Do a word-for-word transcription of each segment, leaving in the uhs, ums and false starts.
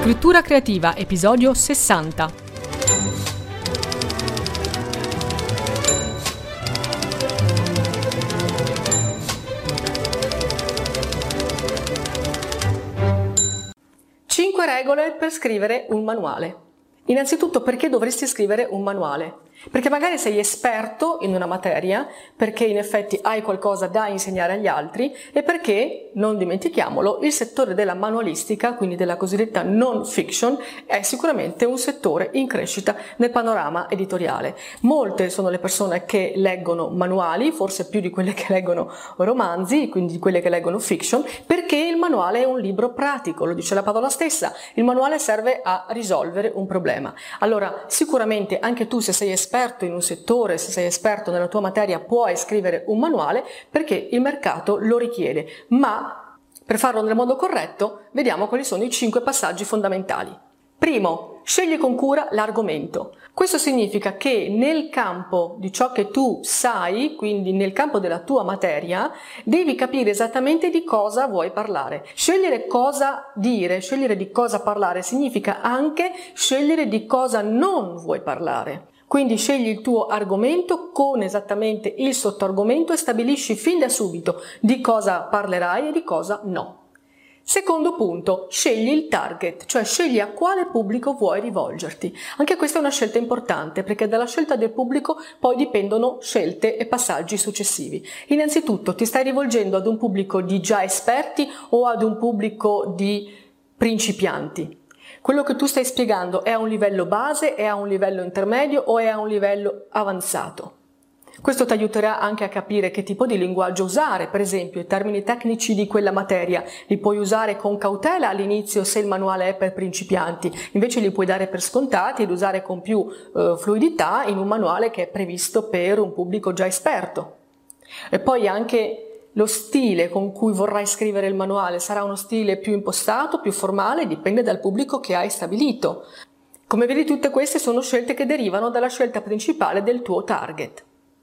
Scrittura creativa, episodio sessanta. cinque regole per scrivere un manuale. Innanzitutto, perché dovresti scrivere un manuale? Perché magari sei esperto in una materia, perché in effetti hai qualcosa da insegnare agli altri e perché, non dimentichiamolo, il settore della manualistica, quindi della cosiddetta non fiction, è sicuramente un settore in crescita nel panorama editoriale. Molte sono le persone che leggono manuali, forse più di quelle che leggono romanzi, quindi di quelle che leggono fiction, perché il manuale è un libro pratico, lo dice la parola stessa, il manuale serve a risolvere un problema. Allora, sicuramente anche tu, se sei esperto in un settore, se sei esperto nella tua materia, puoi scrivere un manuale perché il mercato lo richiede, ma per farlo nel modo corretto vediamo quali sono i cinque passaggi fondamentali. Primo, scegli con cura l'argomento. Questo significa che nel campo di ciò che tu sai, quindi nel campo della tua materia, devi capire esattamente di cosa vuoi parlare. Scegliere cosa dire, scegliere di cosa parlare significa anche scegliere di cosa non vuoi parlare. Quindi scegli il tuo argomento con esattamente il sottoargomento e stabilisci fin da subito di cosa parlerai e di cosa no. Secondo punto, scegli il target, cioè scegli a quale pubblico vuoi rivolgerti. Anche questa è una scelta importante, perché dalla scelta del pubblico poi dipendono scelte e passaggi successivi. Innanzitutto, ti stai rivolgendo ad un pubblico di già esperti o ad un pubblico di principianti? Quello che tu stai spiegando è a un livello base, è a un livello intermedio o è a un livello avanzato? Questo ti aiuterà anche a capire che tipo di linguaggio usare, per esempio i termini tecnici di quella materia li puoi usare con cautela all'inizio se il manuale è per principianti, invece li puoi dare per scontati ed usare con più eh, fluidità in un manuale che è previsto per un pubblico già esperto. E poi anche lo stile con cui vorrai scrivere il manuale sarà uno stile più impostato, più formale, dipende dal pubblico che hai stabilito. Come vedi, tutte queste sono scelte che derivano dalla scelta principale del tuo target.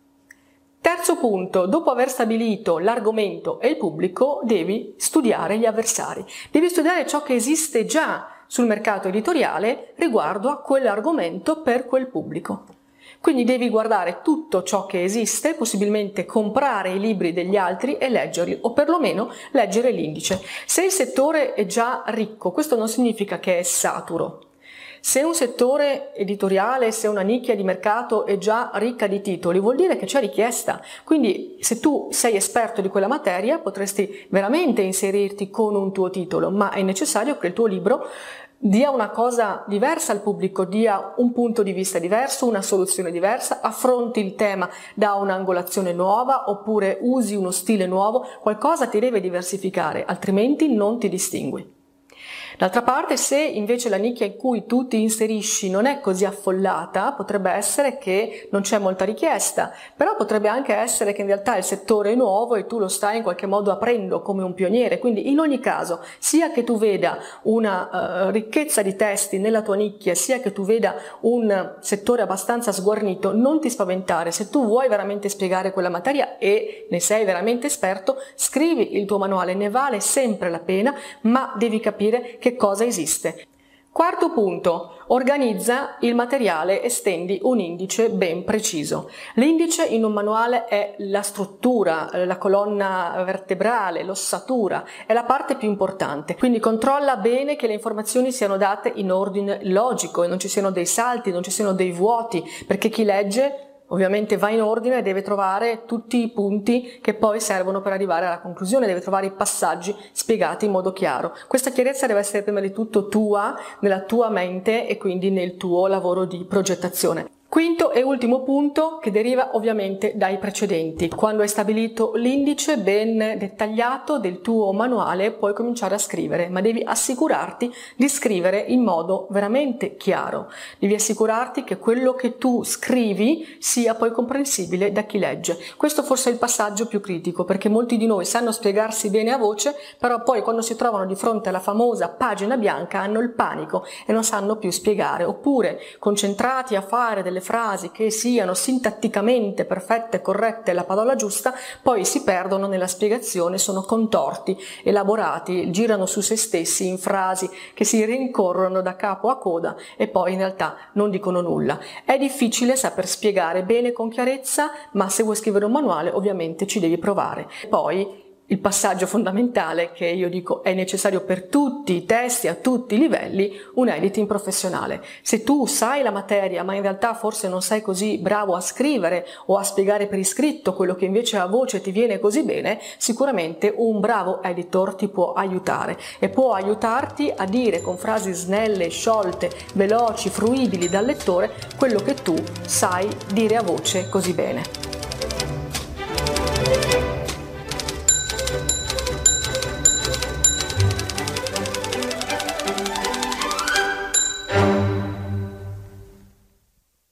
Terzo punto, dopo aver stabilito l'argomento e il pubblico, devi studiare gli avversari. Devi studiare ciò che esiste già sul mercato editoriale riguardo a quell'argomento per quel pubblico. Quindi devi guardare tutto ciò che esiste, possibilmente comprare i libri degli altri e leggerli, o perlomeno leggere l'indice. Se il settore è già ricco, questo non significa che è saturo. Se un settore editoriale, se una nicchia di mercato è già ricca di titoli, vuol dire che c'è richiesta. Quindi se tu sei esperto di quella materia, potresti veramente inserirti con un tuo titolo, ma è necessario che il tuo libro dia una cosa diversa al pubblico, dia un punto di vista diverso, una soluzione diversa, affronti il tema da un'angolazione nuova oppure usi uno stile nuovo, qualcosa ti deve diversificare, altrimenti non ti distingui. D'altra parte, se invece la nicchia in cui tu ti inserisci non è così affollata, potrebbe essere che non c'è molta richiesta, però potrebbe anche essere che in realtà il settore è nuovo e tu lo stai in qualche modo aprendo come un pioniere. Quindi in ogni caso, sia che tu veda una uh, ricchezza di testi nella tua nicchia, sia che tu veda un settore abbastanza sguarnito, non ti spaventare. Se tu vuoi veramente spiegare quella materia e ne sei veramente esperto, scrivi il tuo manuale, ne vale sempre la pena, ma devi capire che cosa esiste. Quarto punto, organizza il materiale e stendi un indice ben preciso. L'indice in un manuale è la struttura, la colonna vertebrale, l'ossatura, è la parte più importante. Quindi controlla bene che le informazioni siano date in ordine logico e non ci siano dei salti, non ci siano dei vuoti, perché chi legge ovviamente va in ordine e deve trovare tutti i punti che poi servono per arrivare alla conclusione, deve trovare i passaggi spiegati in modo chiaro. Questa chiarezza deve essere prima di tutto tua, nella tua mente e quindi nel tuo lavoro di progettazione. Quinto e ultimo punto, che deriva ovviamente dai precedenti. Quando hai stabilito l'indice ben dettagliato del tuo manuale, puoi cominciare a scrivere, ma devi assicurarti di scrivere in modo veramente chiaro. Devi assicurarti che quello che tu scrivi sia poi comprensibile da chi legge. Questo forse è il passaggio più critico, perché molti di noi sanno spiegarsi bene a voce, però poi quando si trovano di fronte alla famosa pagina bianca hanno il panico e non sanno più spiegare, oppure concentrati a fare delle frasi che siano sintatticamente perfette, corrette, la parola giusta, poi si perdono nella spiegazione, sono contorti, elaborati, girano su se stessi in frasi che si rincorrono da capo a coda e poi in realtà non dicono nulla. È difficile saper spiegare bene con chiarezza, ma se vuoi scrivere un manuale ovviamente ci devi provare. Poi il passaggio fondamentale che io dico è necessario per tutti i testi, a tutti i livelli, un editing professionale. Se tu sai la materia ma in realtà forse non sei così bravo a scrivere o a spiegare per iscritto quello che invece a voce ti viene così bene, sicuramente un bravo editor ti può aiutare e può aiutarti a dire con frasi snelle, sciolte, veloci, fruibili dal lettore quello che tu sai dire a voce così bene.